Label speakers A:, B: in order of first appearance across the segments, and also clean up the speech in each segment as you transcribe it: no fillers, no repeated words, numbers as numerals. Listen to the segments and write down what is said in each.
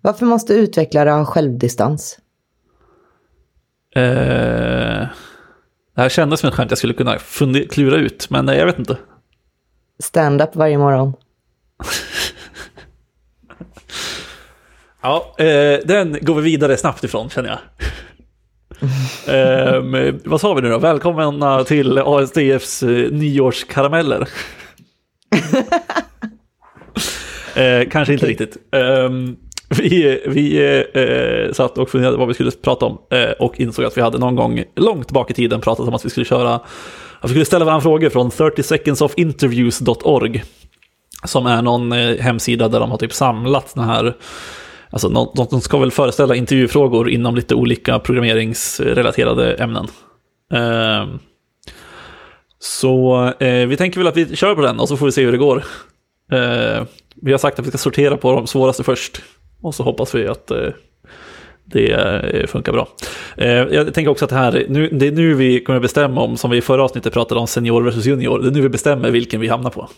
A: Varför måste utvecklare ha självdistans?
B: Det här kändes som ett skämt jag skulle kunna klura ut, men jag vet inte.
A: Stand-up varje morgon.
B: Ja, den går vi vidare snabbt ifrån, känner jag. Vad sa vi nu då? Välkomna till ASDFs nyårskarameller. Kanske inte riktigt. Vi satt och funderade vad vi skulle prata om och insåg att vi hade någon gång långt bak i tiden pratat om att vi skulle ställa varandra frågor från 30secondsofinterviews.org, som är någon hemsida där de har typ samlat såna här, alltså de ska väl föreställa intervjufrågor inom lite olika programmeringsrelaterade ämnen. Så vi tänker väl att vi kör på den och så får vi se hur det går. Vi har sagt att vi ska sortera på de svåraste först och så hoppas vi att det funkar bra. Jag tänker också att det är nu vi kommer bestämma om, som vi i förra avsnittet pratade om, senior versus junior. Det är nu vi bestämmer vilken vi hamnar på.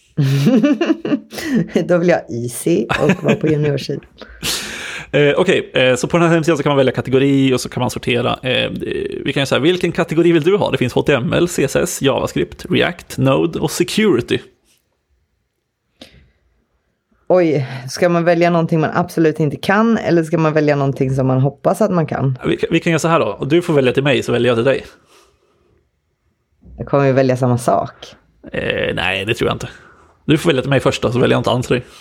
A: Då vill jag easy och vara på juniorsidan.
B: Okej, så på den här hemsidan så kan man välja kategori och så kan man sortera. Vi kan ju säga, vilken kategori vill du ha? Det finns HTML, CSS, JavaScript, React, Node och Security.
A: Oj, ska man välja någonting man absolut inte kan eller ska man välja någonting som man hoppas att man kan?
B: Vi kan göra så här då. Du får välja till mig så väljer jag till dig.
A: Jag kommer ju välja samma sak.
B: Nej, det tror jag inte. Du får välja till mig först då, så väljer jag inte annars till dig.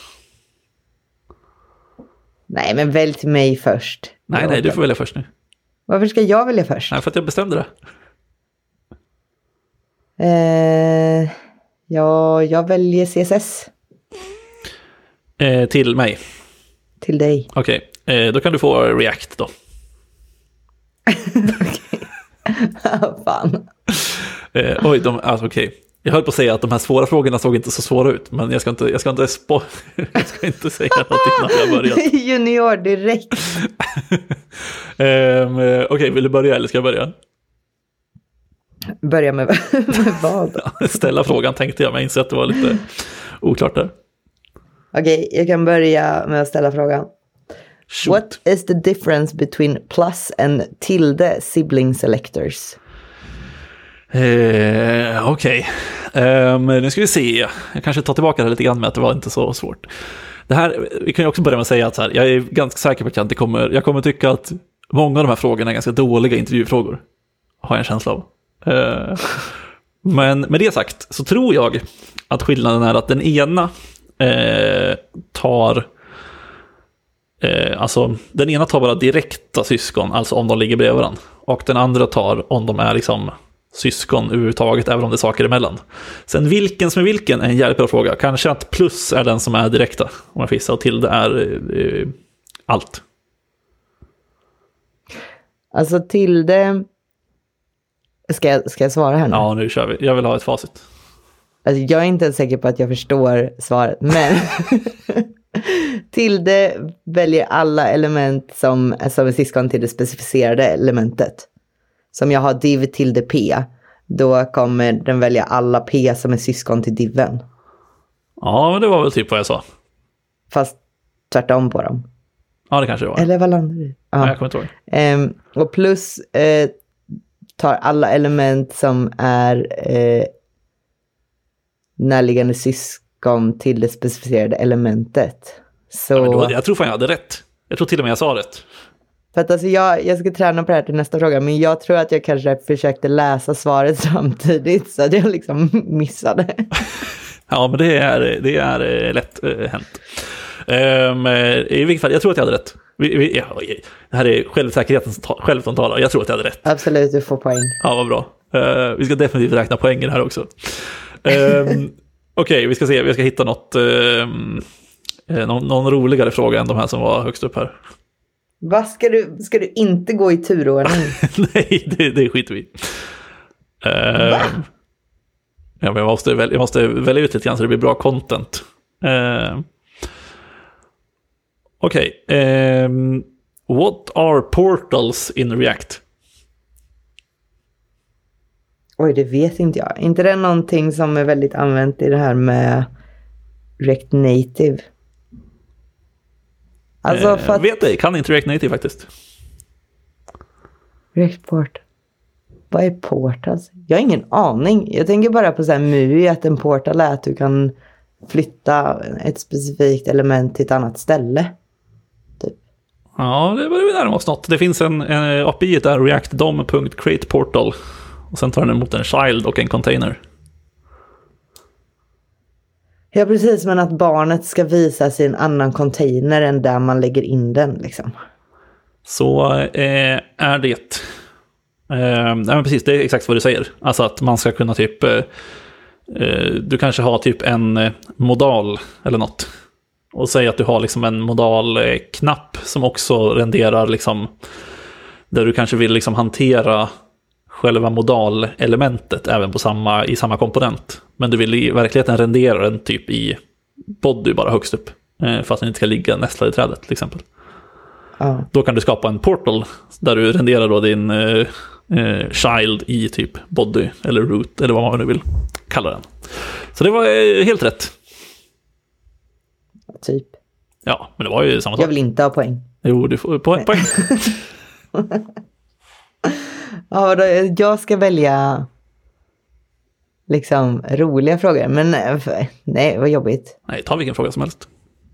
A: Nej, men välj till mig först.
B: Nej, du får välja först nu.
A: Varför ska jag välja först?
B: Nej, för att jag bestämde det.
A: Ja, jag väljer CSS.
B: Till mig.
A: Till dig.
B: Okej, då kan du få React då.
A: Okej. Fan.
B: Okej. Jag höll på att säga att de här svåra frågorna såg inte så svåra ut, men jag ska inte säga någonting när jag börjar.
A: Junior direkt.
B: Okej, vill du börja eller ska jag börja?
A: Börja med vad?
B: Ställa frågan tänkte jag, men jag inser att det var lite oklart där.
A: Okej, jag kan börja med att ställa frågan.
B: Shoot.
A: What is the difference between plus and tilde sibling selectors?
B: Okej. Nu ska vi se. Jag kanske tar tillbaka det lite grann med att det var inte så svårt. Det här, vi kan ju också börja med att säga att så här, jag är ganska säker på att jag kommer tycka att många av de här frågorna är ganska dåliga intervjufrågor. Har jag en känsla av. Men med det sagt så tror jag att skillnaden är att den ena tar den ena tar bara direkta syskon, alltså om de ligger bredvid varandra, och den andra tar om de är liksom syskon överhuvudtaget, även om det är saker emellan. Sen vilken som är vilken är en jävligt bra fråga. Kanske att plus är den som är direkta, om jag fissar, och till det är allt.
A: Alltså tilde... Ska jag svara här nu?
B: Ja, nu kör vi. Jag vill ha ett facit.
A: Alltså, jag är inte ens säker på att jag förstår svaret, men tilde väljer alla element som är syskon till det specificerade elementet. Som jag har div tilde p, då kommer den välja alla p som är syskon till diven.
B: Ja, men det var väl typ vad jag sa.
A: Fast tvärtom på dem.
B: Ja, det kanske det var.
A: Eller vad landar det?
B: Ja, jag kommer inte ihåg.
A: Och plus tar alla element som är närliggande syskon till det specificerade elementet. Så...
B: Ja, jag tror fan jag hade rätt. Jag tror till och med jag sa rätt.
A: För att alltså jag ska träna på det här till nästa fråga, men jag tror att jag kanske försökte läsa svaret samtidigt så att jag liksom missade.
B: Ja, men det är lätt hänt. I vilket fall, jag tror att jag hade rätt. Det här är självsäkerheten själv som talar. Jag tror att jag hade rätt.
A: Absolut, du får poäng.
B: Ja, vad bra. Vi ska definitivt räkna poängen här också. Okej, vi ska se. Vi ska hitta någon roligare fråga än de här som var högst upp här.
A: Vad ska du inte gå i turordning?
B: Nej, det skiter vi. Ja, men jag måste välja ut lite grann så det blir bra content. Okej. What are portals in React?
A: Oj, det vet inte jag. Inte det någonting som är väldigt använt i det här med React Native? Alltså för att...
B: Vet ej, kan inte React Native faktiskt.
A: React Port. Vad är portals? Jag har ingen aning. Jag tänker bara på så här MUI, att en portal är att du kan flytta ett specifikt element till ett annat ställe. Typ.
B: Ja, det börjar vi närma oss något. Det finns en API där, react.dom.createPortal. Och sen tar den emot en child och en container.
A: Ja, precis. Men att barnet ska visa sig en annan container än där man lägger in den, liksom.
B: Så är det... nej, men precis, det är exakt vad du säger. Alltså att man ska kunna typ... du kanske har typ en modal eller något. Och säg att du har liksom en modal-knapp som också renderar liksom... Där du kanske vill liksom hantera själva modal-elementet även på i samma komponent. Men du vill i verkligheten rendera den typ i body bara högst upp. För att den inte ska ligga nästlad i trädet till exempel. Då kan du skapa en portal där du renderar då din child i typ body eller root eller vad man nu vill kalla den. Så det var helt rätt.
A: Typ.
B: Ja, men det var ju samma sak.
A: Jag vill inte ha poäng.
B: Jo, du får poäng.
A: Ja, då, jag ska välja liksom roliga frågor. Men nej, vad jobbigt.
B: Nej, ta vilken fråga som helst.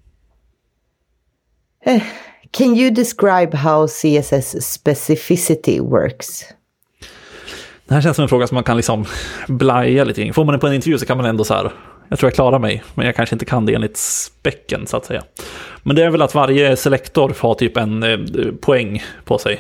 A: Can you describe how CSS specificity works?
B: Det här känns som en fråga som man kan liksom blaja lite kring. Får man den på en intervju så kan man ändå så här, jag tror jag klarar mig, men jag kanske inte kan det enligt specken så att säga. Men det är väl att varje selektor har typ en poäng på sig.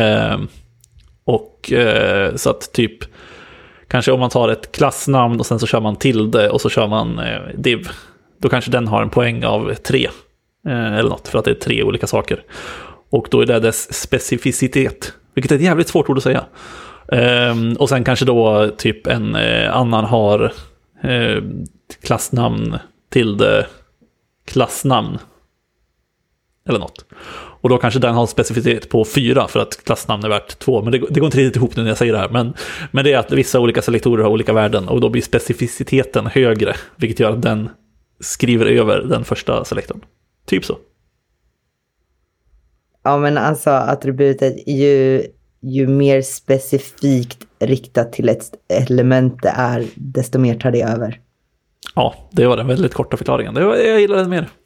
B: Så att typ kanske om man tar ett klassnamn och sen så kör man tilde och så kör man div, då kanske den har en poäng av 3 eller något, för att det är 3 olika saker. Och då är det dess specificitet, vilket är ett jävligt svårt ord att säga. Och sen kanske då typ en annan har klassnamn tilde klassnamn eller något. Och då kanske den har en specificitet på 4 för att klassnamn är värt 2. Men det går inte riktigt ihop nu när jag säger det här. Men det är att vissa olika selektorer har olika värden och då blir specificiteten högre, vilket gör att den skriver över den första selektorn. Typ så.
A: Ja, men alltså attributet ju mer specifikt riktat till ett element det är, desto mer tar det över.
B: Ja, det var den väldigt korta förklaringen. Jag gillar den mer.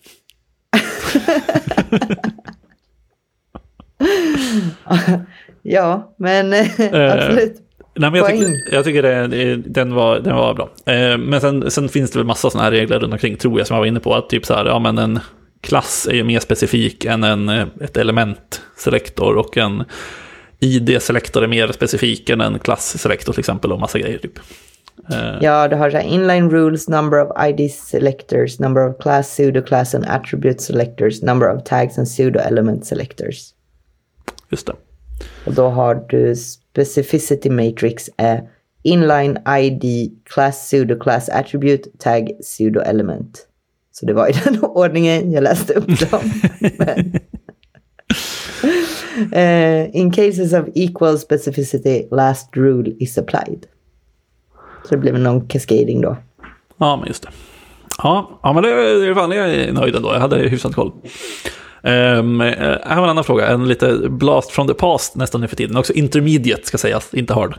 A: Ja, men absolut.
B: Nej, men jag tycker den var bra. Men sen finns det väl massa såna här regler runt omkring, tror jag, som jag var inne på. Att typ så här, ja, men en klass är ju mer specifik än ett element-selektor, och en ID-selektor är mer specifik än en klass-selektor till exempel, och massa grejer typ.
A: Ja, du har så här inline rules, number of ID selectors, number of class, pseudo-class and attribute selectors, number of tags and pseudo-element selectors.
B: Just det. Och
A: då har du specificity matrix, inline ID, class, pseudo-class, attribute, tag, pseudo-element. Så det var i den ordningen jag läste upp dem. In cases of equal specificity, last rule is applied. Så det blev någon cascading då.
B: Ja, men just det. Ja, men det är fan, jag är nöjd ändå. Jag hade hyfsat koll. Här var en annan fråga. En lite blast from the past nästan nu för tiden. Också intermediate ska sägas, inte hard.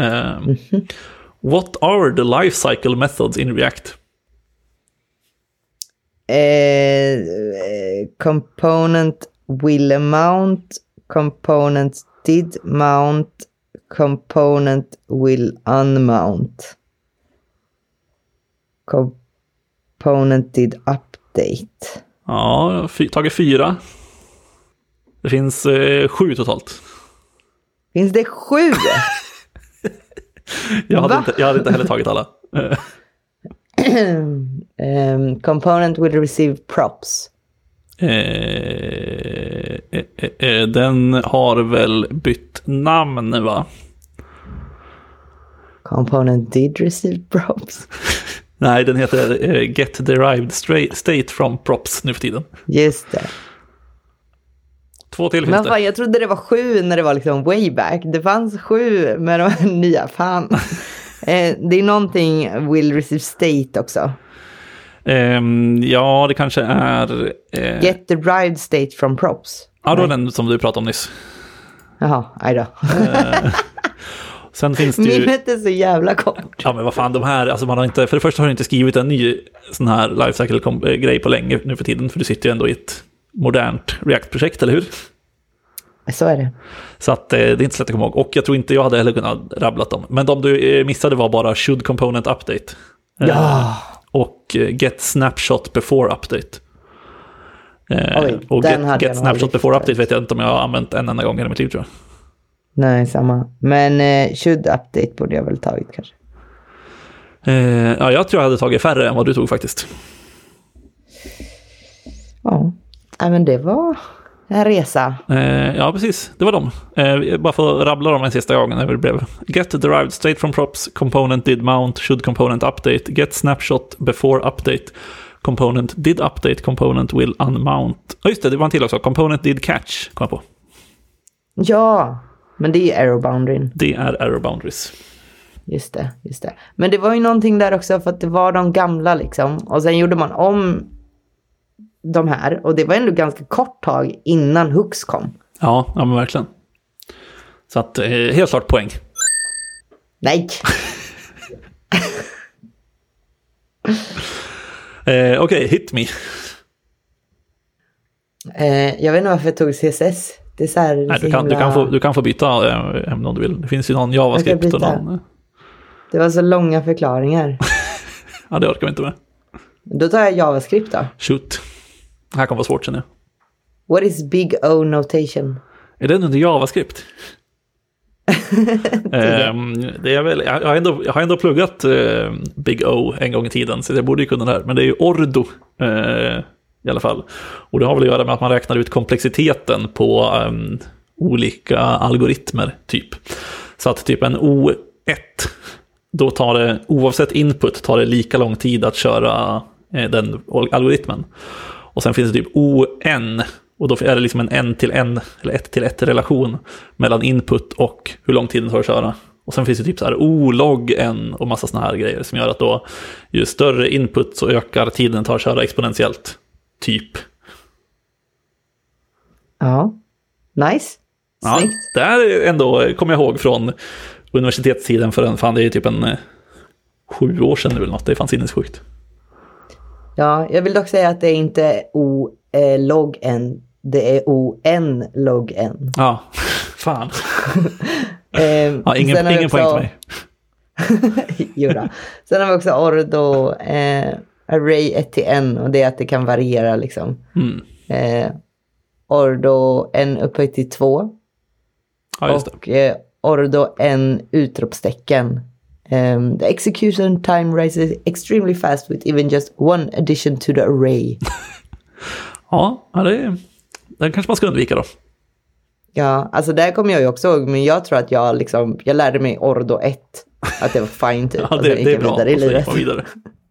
B: What are the life cycle methods in React?
A: Component will mount, component did mount, component will unmount, component did update.
B: Ja, tagit 4. Det finns 7 totalt.
A: Finns det 7?
B: Jag hade inte heller tagit alla.
A: Component will receive props.
B: Den har väl bytt namn, va?
A: Component did receive props.
B: Nej, den heter Get Derived State from Props nu för tiden. Just det. 2 till finns det.
A: Jag trodde det var 7 när det var liksom way back. Det fanns 7 med de nya. Fan. Det är någonting will receive state också.
B: Ja, det kanske är...
A: Get derived state from props.
B: Ja, då är den som du pratade om nyss.
A: Jaha, aj då.
B: Sen finns det ju...
A: Minnet är så jävla kort.
B: Ja, men vad fan, de här... Alltså man har inte, för det första har du inte skrivit en ny sån här lifecycle-grej på länge nu för tiden. För du sitter ju ändå i ett modernt React-projekt, eller hur?
A: Så är det.
B: Så att det är inte så lätt att komma ihåg. Och jag tror inte jag hade heller kunnat rabblat dem. Men de du missade var bara should component update.
A: Ja.
B: Och get snapshot before update.
A: Oj,
B: och get snapshot before
A: rätt.
B: update vet jag inte om jag har använt en enda gång i mitt liv, tror jag.
A: Nej, samma. Men should update borde jag väl tagit kanske.
B: Ja, jag tror jag hade tagit färre än vad du tog faktiskt.
A: Ja, men det var en resa.
B: Ja, precis. Det var dem. Bara för att rabbla dem en sista gången när det blev get derived state from props, component did mount, should component update, get snapshot before update, component did update, component will unmount. Ja, just det, det var en till också. Component did catch, kom jag på.
A: Ja, men det är error boundaryn.
B: Det är error boundaries.
A: Just det. Men det var ju någonting där också för att det var de gamla liksom. Och sen gjorde man om de här. Och det var ändå ganska kort tag innan hooks kom.
B: Ja, men verkligen. Så att, helt klart poäng.
A: Nej!
B: Okej, hit me.
A: Jag vet inte varför jag tog CSS. Det är så här,
B: Nej, du kan få byta ämne om du vill. Det finns ju någon JavaScript och någon...
A: Det var så långa förklaringar.
B: Ja, det orkar vi inte med.
A: Då tar jag JavaScript då.
B: Shoot. Det här kommer vara svårt, känner jag.
A: What is big O notation?
B: Är den under JavaScript? Det är väl, jag har ändå pluggat Big O en gång i tiden, så jag borde ju kunna det här. Men det är ju Ordo i alla fall. Och det har väl att göra med att man räknar ut komplexiteten på olika algoritmer typ. Så att typ en O1, då tar det, oavsett input, tar det lika lång tid att köra den algoritmen. Och sen finns det typ ON, och då är det liksom en en till en eller 1 till 1 relation mellan input och hur lång tid den tar att köra. Och sen finns det typ så här O-log n och massa såna här grejer som gör att då ju större input så ökar tiden den tar att köra exponentiellt. Typ.
A: Ja, nice. Snyggt.
B: Ja, det här är ändå, kommer jag ihåg från universitetstiden, för fan det är typ en 7 år sedan nu eller något, det fanns sinnessjukt.
A: Ja, jag vill dock säga att det är inte O-log n, det är O-n log n.
B: Ja, fan. Ja, ingen poäng till mig.
A: Jodå. Sen har vi också ordo array 1 till n, och det är att det kan variera liksom. Ordo n upphöjt till 2.
B: Ja, just det.
A: Och ordo n utropstecken. The execution time rises extremely fast with even just one addition to the array.
B: Ja, det kanske man ska undvika då.
A: Ja, alltså där kommer jag ju också ihåg, men jag tror att jag lärde mig ordo 1, att det var fine typ.
B: Ja, det är bra,
A: vidare i livet.
B: Och så vidare.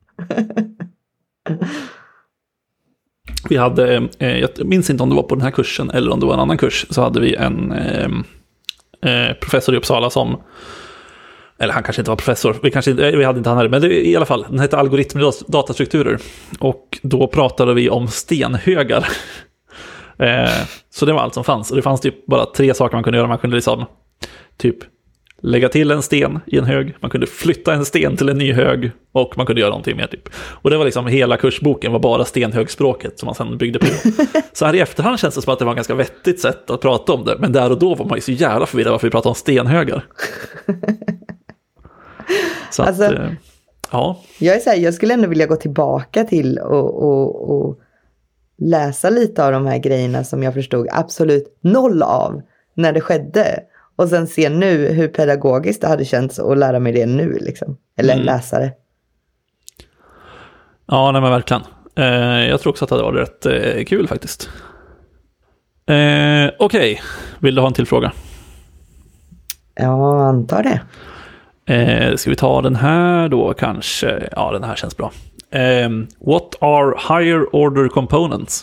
B: Vi hade, jag minns inte om det var på den här kursen eller om det var en annan kurs, så hade vi en professor i Uppsala som, eller han kanske inte var professor, vi hade inte han här, men det, i alla fall, den hette algoritmer och datastrukturer, och då pratade vi om stenhögar. Så det var allt som fanns, och det fanns typ bara 3 saker man kunde göra. Man kunde liksom typ lägga till en sten i en hög, man kunde flytta en sten till en ny hög, och man kunde göra någonting mer typ. Och det var liksom, hela kursboken var bara stenhögspråket som man sen byggde på. Så här i efterhand känns det som att det var ett ganska vettigt sätt att prata om det, men där och då var man ju så jävla förvirrad varför vi pratade om stenhögar. Så
A: alltså,
B: att, ja.
A: Jag skulle ändå vilja gå tillbaka till och läsa lite av de här grejerna som jag förstod absolut noll av när det skedde. Och sen se nu hur pedagogiskt det hade känts att lära mig det nu liksom. Eller läsa det. Ja,
B: nej men verkligen. Jag tror också att det hade varit rätt kul faktiskt. Okej, vill du ha en till fråga?
A: Ja, antar det.
B: Ska vi ta den här då kanske? Ja, den här känns bra. What are higher order components?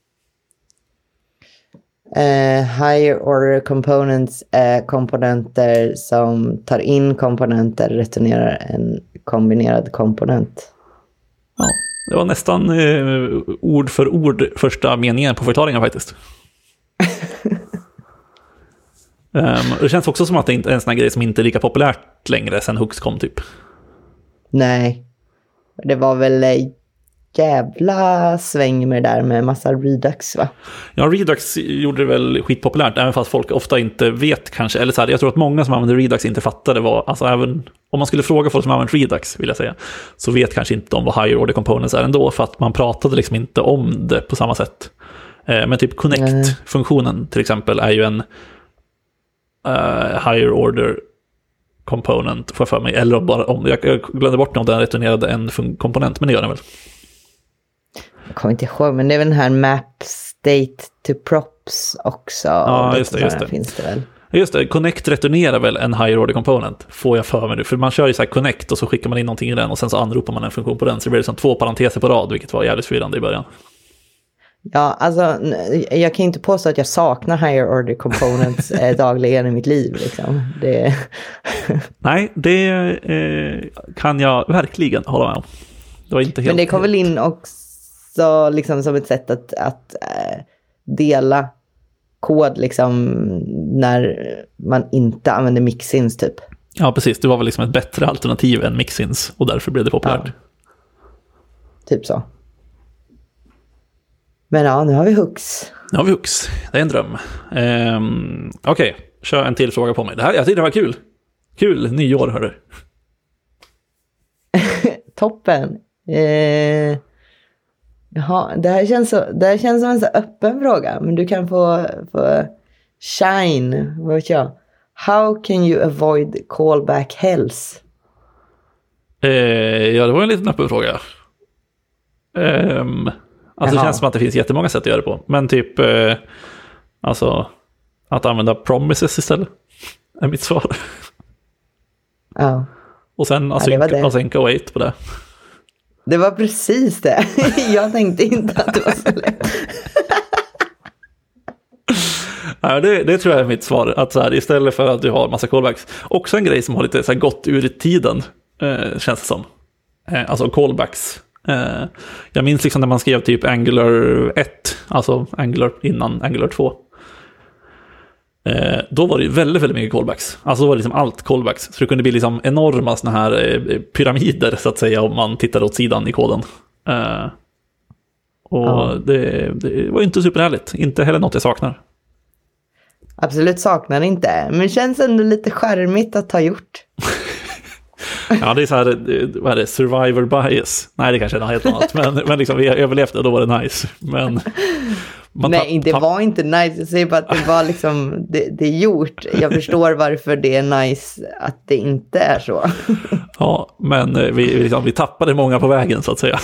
A: Higher order components är komponenter som tar in komponenter, returnerar en kombinerad komponent.
B: Ja, Det var nästan ord för ord första meningen på förklaringen faktiskt. Det känns också som att det inte är en sån här grej som inte är lika populärt längre sen Hooks kom typ.
A: Nej, det var väl jävla sväng med det där med massa Redux, va?
B: Ja, Redux gjorde det väl skitpopulärt, även fast folk ofta inte vet kanske, eller så här, jag tror att många som använder Redux inte fattade vad, alltså även om man skulle fråga folk som använder Redux, vill jag säga, så vet kanske inte de vad higher order components är ändå, för att man pratade liksom inte om det på samma sätt. Men typ connect-funktionen till exempel är ju en higher order component för mig, eller bara om jag glömde bort om den returnerade en komponent, men det gör den väl.
A: Jag kommer inte ihåg, men det är väl den här map state to props också.
B: Ja, just det.
A: Finns det väl.
B: Just det, Connect returnerar väl en higher order component, får jag för mig nu. För man kör ju så här Connect och så skickar man in någonting i den och sen så anropar man en funktion på den. Så det blir liksom 2 parenteser på rad, vilket var jävligt förvirrande i början.
A: Ja, alltså jag kan inte påstå att jag saknar higher order components dagligen i mitt liv. Liksom.
B: Nej, det kan jag verkligen hålla med om. Det var inte helt.
A: Men det kom väl in också liksom, som ett sätt att dela kod liksom, när man inte använder mixins typ.
B: Ja, precis. Det var väl liksom ett bättre alternativ än mixins och därför blev det populärt. Ja.
A: Typ så. Men ja, nu har vi Hooks.
B: Det är en dröm. Okej, kör en till fråga på mig. Jag tyckte det var kul. Kul nyår, hörru.
A: Toppen. Jaha, det här känns som en så öppen fråga. Men du kan få shine. Vad vet jag? How can you avoid callback hells?
B: Ja, det var en liten öppen fråga. Alltså det känns som att det finns jättemånga sätt att göra det på. Men typ alltså att använda promises istället är mitt svar.
A: Ja.
B: Och sen async await på det.
A: Det var precis det. Jag tänkte inte att det var så lätt.
B: Ja, det tror jag är mitt svar. Att så här, istället för att du har massa callbacks. Också en grej som har lite så här gått ur tiden, känns det som. Alltså callbacks. Jag minns liksom när man skrev typ Angular 1, alltså Angular innan Angular 2. Då var det ju väldigt, väldigt mycket callbacks. Alltså då var det liksom allt callbacks. Så det kunde bli liksom enorma såna här pyramider så att säga om man tittar åt sidan i koden. Det var ju inte superhärligt. Inte heller något jag saknar.
A: Absolut saknar inte. Men känns ändå lite charmigt att ha gjort.
B: Ja, det är så här, vad är det? Survivor bias. Nej, det kanske är något helt annat. Men liksom, vi överlevde och då var det nice. Men
A: nej, det var inte nice. Jag säger bara att det var liksom, det är gjort. Jag förstår varför det är nice att det inte är så.
B: Ja, men vi tappade många på vägen så att säga.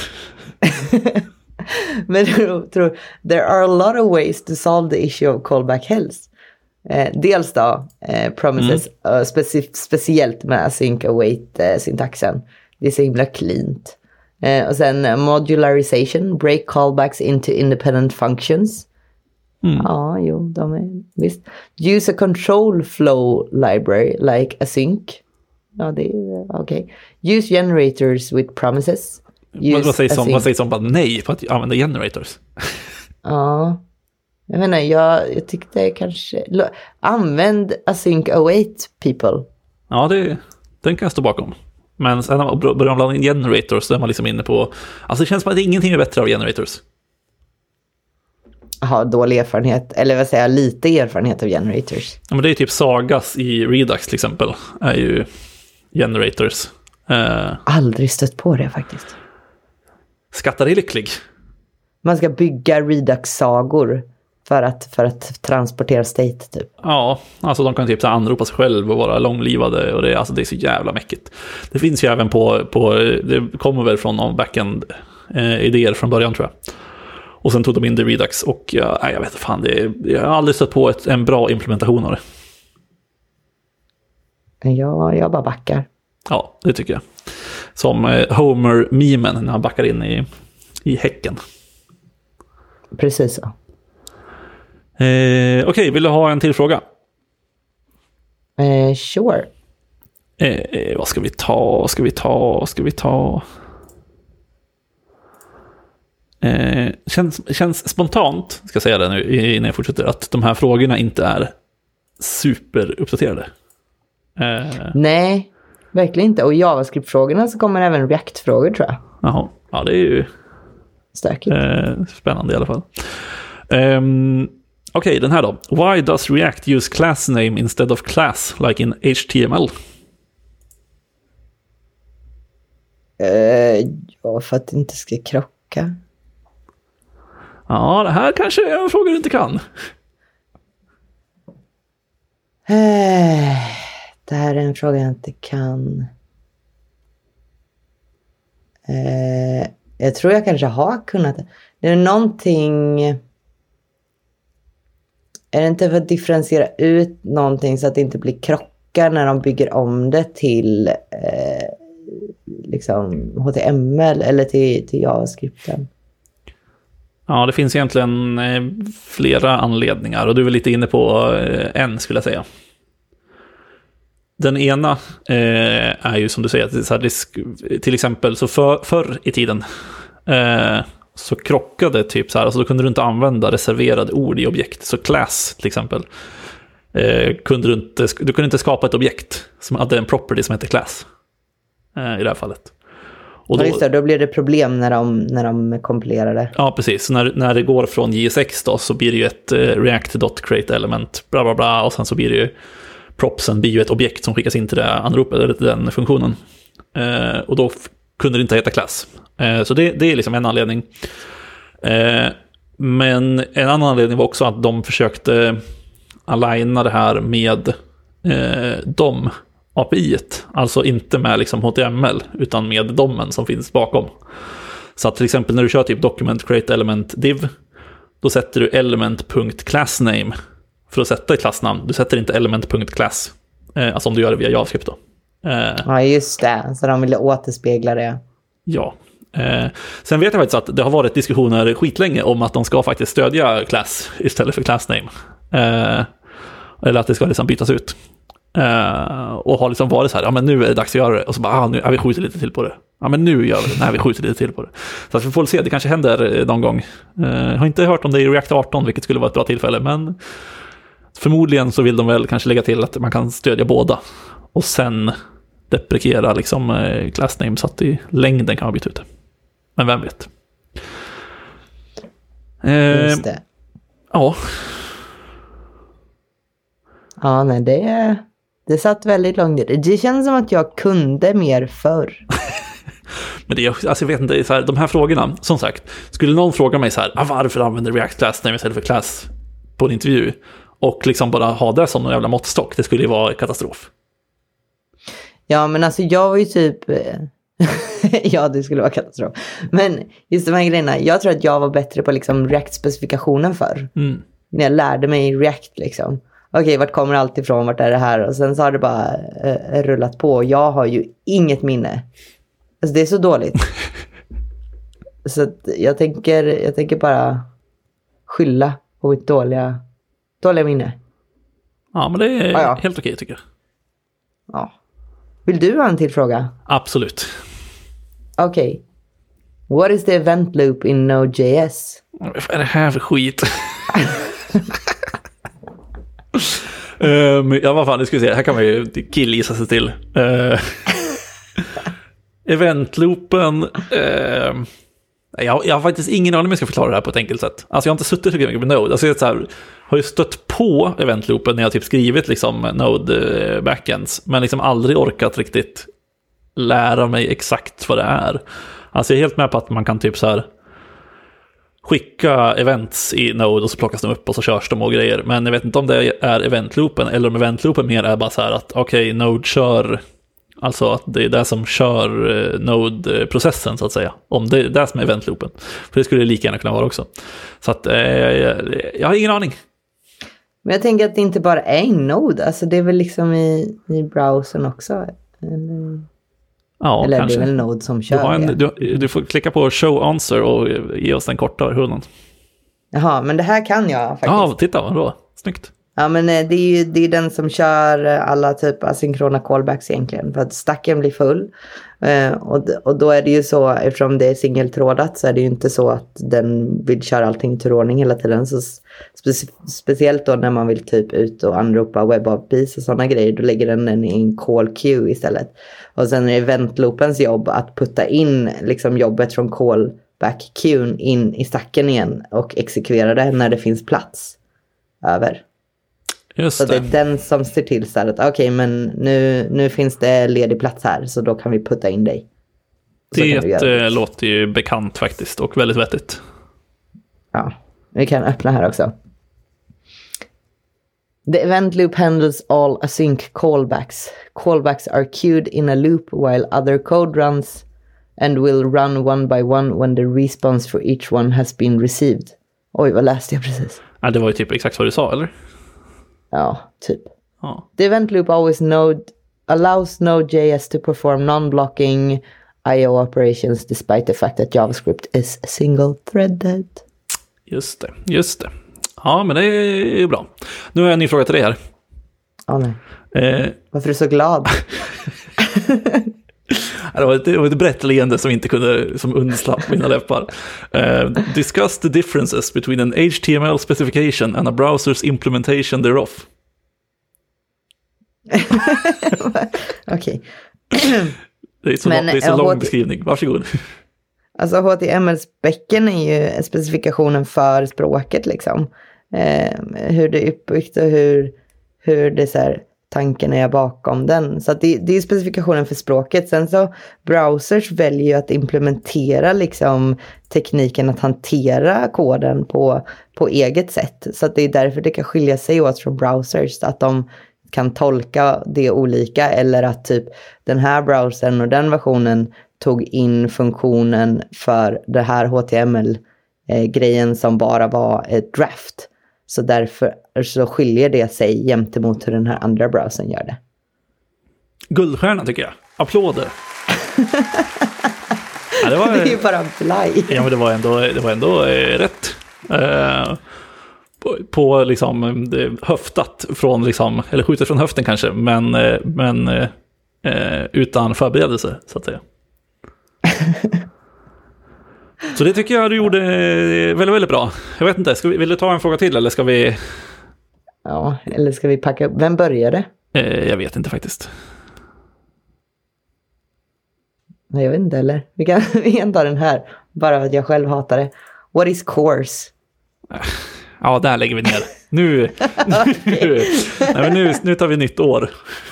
A: Men jag tror, there are a lot of ways to solve the issue of callback hells. Dels då, promises, speciellt med async await syntaxen. Det är så himla cleant. Och sen modularization, break callbacks into independent functions. Ja, jo, de är visst. Use a control flow library like async. Ja, det är okej. Use generators with promises.
B: Vad sägs om bara nej på att använda generators?
A: Ja. Jag menar, jag tyckte kanske använd async await people.
B: Ja, den kan jag stå bakom. Men sen när man börjar blanda in generators så är man liksom inne på, alltså det känns som att ingenting är bättre av generators.
A: Jaha, dålig erfarenhet, eller vad säger jag, lite erfarenhet av generators.
B: Ja, men det är typ Sagas i Redux till exempel, är ju generators.
A: Aldrig stött på det faktiskt.
B: Skattar är lycklig.
A: Man ska bygga Redux-sagor för att transportera state typ.
B: Ja, alltså de kan typ så anropa sig själv och vara långlivade och det är så jävla mäckigt. Det finns ju även på det kommer väl från någon backend idéer från början tror jag. Och sen tog de in det Redux och jag vet fan, jag har aldrig stött på en bra implementation av det.
A: Jag bara backar.
B: Ja, det tycker jag. Som Homer-memen när han backar in i häcken.
A: Precis så.
B: Okej, vill du ha en till fråga?
A: Sure.
B: Vad ska vi ta? Känns spontant, ska jag säga det nu innan jag fortsätter, att de här frågorna inte är superuppdaterade.
A: Nej, verkligen inte. Och i JavaScript-frågorna så kommer även React-frågor, tror jag.
B: Jaha, ja det är ju
A: stökigt.
B: Spännande i alla fall. Okej, den här då. Why does React use class name instead of class like in HTML?
A: Ja, för att det inte ska krocka.
B: Ja, det här kanske är en fråga du inte kan.
A: Det här är en fråga jag inte kan. Jag tror jag kanske har kunnat. Det är någonting. Är det inte för att differentiera ut någonting så att det inte blir krockar när de bygger om det till liksom HTML eller till JavaScripten?
B: Ja, det finns egentligen flera anledningar och du är väl lite inne på en, skulle jag säga. Den ena är ju som du säger, att det är så här, till exempel så förr i tiden så krockade typ så här, alltså då kunde du inte använda reserverade ord i objekt. Så class till exempel du kunde inte skapa ett objekt som hade en property som heter class i det här fallet. Och
A: då blir det problem när de kompilerar det.
B: Ja, precis. Så när det går från JSX då, så blir det ju ett react.create-element bla bla bla, och sen så blir det ju propsen blir ju ett objekt som skickas in till det anropet eller till den funktionen. Och då kunde det inte heta klass. Så det är liksom en anledning. Men en annan anledning var också att de försökte aligna det här med DOM API-et. Alltså inte med liksom HTML utan med DOMen som finns bakom. Så att till exempel när du kör typ document create element div, då sätter du element.classname för att sätta ett klassnamn. Du sätter inte element.class, alltså om du gör det via JavaScript då.
A: Ja, just det. Så de ville återspegla det.
B: Ja. Sen vet jag faktiskt att det har varit diskussioner skitlänge om att de ska faktiskt stödja class istället för classname. Eller att det ska liksom bytas ut. Och har liksom varit så här, ja men nu är det dags att göra det. Och så bara, nu vi skjuter lite till på det. Ja men nu gör vi det, vi skjuter lite till på det. Så att vi får se, det kanske händer någon gång. Jag har inte hört om det i React 18, vilket skulle vara ett bra tillfälle. Men förmodligen så vill de väl kanske lägga till att man kan stödja båda. Och sen deprekera liksom classname så att i längden kan man byta ut det. Men vem vet?
A: Just det.
B: Ja.
A: Ja, nej, det satt väldigt långt. Det känns som att jag kunde mer förr.
B: Men det är, alltså jag vet inte, så här, de här frågorna, som sagt, skulle någon fråga mig så här, varför använder React Class när istället för Class på en intervju, och liksom bara ha det som någon jävla måttstock, det skulle ju vara katastrof.
A: Ja, men alltså jag var ju typ ja, det skulle vara katastrof. Men just de här grejerna, jag tror att jag var bättre på liksom React-specifikationen förr. När jag lärde mig React liksom. Okej, vart kommer allt ifrån, vart är det här? Och sen så har det bara rullat på. Jag har ju inget minne. Alltså det är så dåligt. Så att jag tänker bara skylla på mitt dåliga minne.
B: Ja, men det är helt okej tycker jag.
A: Ja. Vill du ha en till fråga?
B: Absolut.
A: Okej. What is the event loop in Node.js?
B: Vad är det här för skit? Ja, vad fan, det ska vi se. Här kan man ju killgissa sig till. Eventloopen. Jag har faktiskt ingen aning om jag ska förklara det här på ett enkelt sätt. Alltså jag har inte suttit så mycket med Node. Alltså jag har ju stött på eventloopen när jag typ skrivit liksom Node backends, men liksom aldrig orkat riktigt lära mig exakt vad det är. Alltså jag är helt med på att man kan typ så här skicka events i Node och så plockas de upp och så körs de och grejer. Men jag vet inte om det är eventloopen eller om eventloopen mer är bara så här att okej, Node kör, alltså att det är det som kör Node-processen så att säga. Om det är det som är eventloopen. För det skulle det lika gärna kunna vara också. Så att jag har ingen aning.
A: Men jag tänker att det inte bara är i Node. Alltså det är väl liksom i browsern också. Eller kanske. Det är väl Node som kör
B: du får klicka på show answer och ge oss den korta versionen.
A: Jaha, men det här kan jag faktiskt.
B: Ja, titta, vadå? Snyggt.
A: Ja, men det är den som kör alla typ asynkrona callbacks egentligen. För att stacken blir full. Och då är det ju så, eftersom det är singeltrådat så är det ju inte så att den vill köra allting i turordning hela tiden. Så speciellt då när man vill typ ut och anropa web-APIs och sådana grejer, då lägger den i en call queue istället. Och sen är eventloopens jobb att putta in liksom jobbet från callback queuen in i stacken igen och exekvera det när det finns plats över.
B: Just
A: så det är den som ser till så att okej, men nu finns det ledig plats här, så då kan vi putta in dig.
B: Det låter ju bekant faktiskt och väldigt vettigt.
A: Ja, vi kan öppna här också. The event loop handles all async callbacks. Callbacks are queued in a loop while other code runs and will run one by one when the response for each one has been received. Oj, vad läste jag precis?
B: Ja, det var ju typ exakt vad du sa, eller?
A: Ja, typ. Ja. The event loop allows Node.js to perform non-blocking I/O operations despite the fact that JavaScript is single-threaded. Just
B: det. Ja, men det är ju bra. Nu har jag en ny fråga till dig här.
A: Nej. Varför är du så glad?
B: Det var ett brett leende som undslapp mina läppar. Discuss the differences between an HTML specification and a browser's implementation thereof.
A: Okej.
B: Det är så lång beskrivning. Varsågod.
A: Alltså HTML-specken är ju specifikationen för språket liksom. Hur det är uppbyggt och hur det så här, tanken är bakom den. Så att det är specifikationen för språket. Sen så browsers väljer ju att implementera liksom tekniken att hantera koden på eget sätt. Så att det är därför det kan skilja sig åt från browsers. Att de kan tolka det olika, eller att typ den här browsern och den versionen tog in funktionen för det här HTML-grejen som bara var ett draft. Så därför så skiljer det sig gentemot hur den här andra browsern gör det.
B: Guldstjärna tycker jag. Applåder. Ja,
A: det är ju bara blaj.
B: Ja, men det var ändå rätt. På liksom höftat från liksom, eller skjutet från höften kanske, men utan förberedelse så att säga. Så det tycker jag du gjorde väldigt, väldigt bra. Jag vet inte, vill du ta en fråga till eller ska vi...
A: Ja, eller ska vi packa upp? Vem började?
B: Jag vet inte faktiskt.
A: Nej, jag vet inte heller. Vi kan ta den här, bara att jag själv hatar det. What is course?
B: Ja, där lägger vi ner. Nu tar vi nytt år.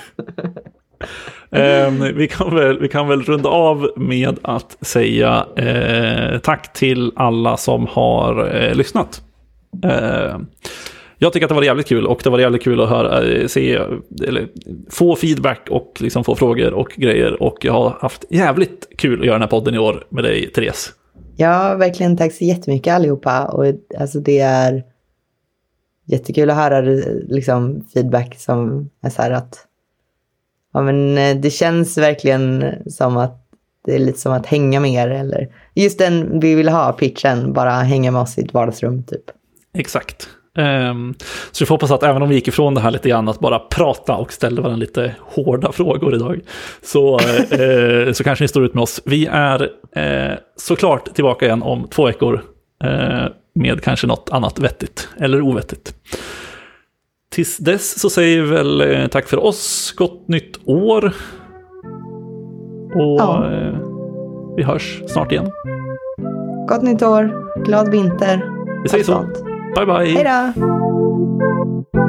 B: Vi kan väl runda av med att säga tack till alla som har lyssnat. Jag tycker att det var jävligt kul, och det var jävligt kul att höra, eller få feedback och liksom få frågor och grejer, och jag har haft jävligt kul att göra den här podden i år med dig, Therese.
A: Ja, verkligen, tack så jättemycket allihopa, och alltså det är jättekul att höra liksom feedback som är så här att ja, men det känns verkligen som att det är lite som att hänga med er, eller just den vi vill ha, pitchen, bara hänga med oss i ett vardagsrum typ.
B: Exakt. Så vi får hoppas att även om vi gick ifrån det här lite grann att bara prata och ställa varandra lite hårda frågor idag, så kanske ni står ut med oss. Vi är såklart tillbaka igen om 2 veckor med kanske något annat vettigt eller ovettigt. Tills dess så säger vi väl tack för oss, gott nytt år, och vi hörs snart igen.
A: Gott nytt år, glad vinter.
B: Vi säger så. Bye bye.
A: Hej då.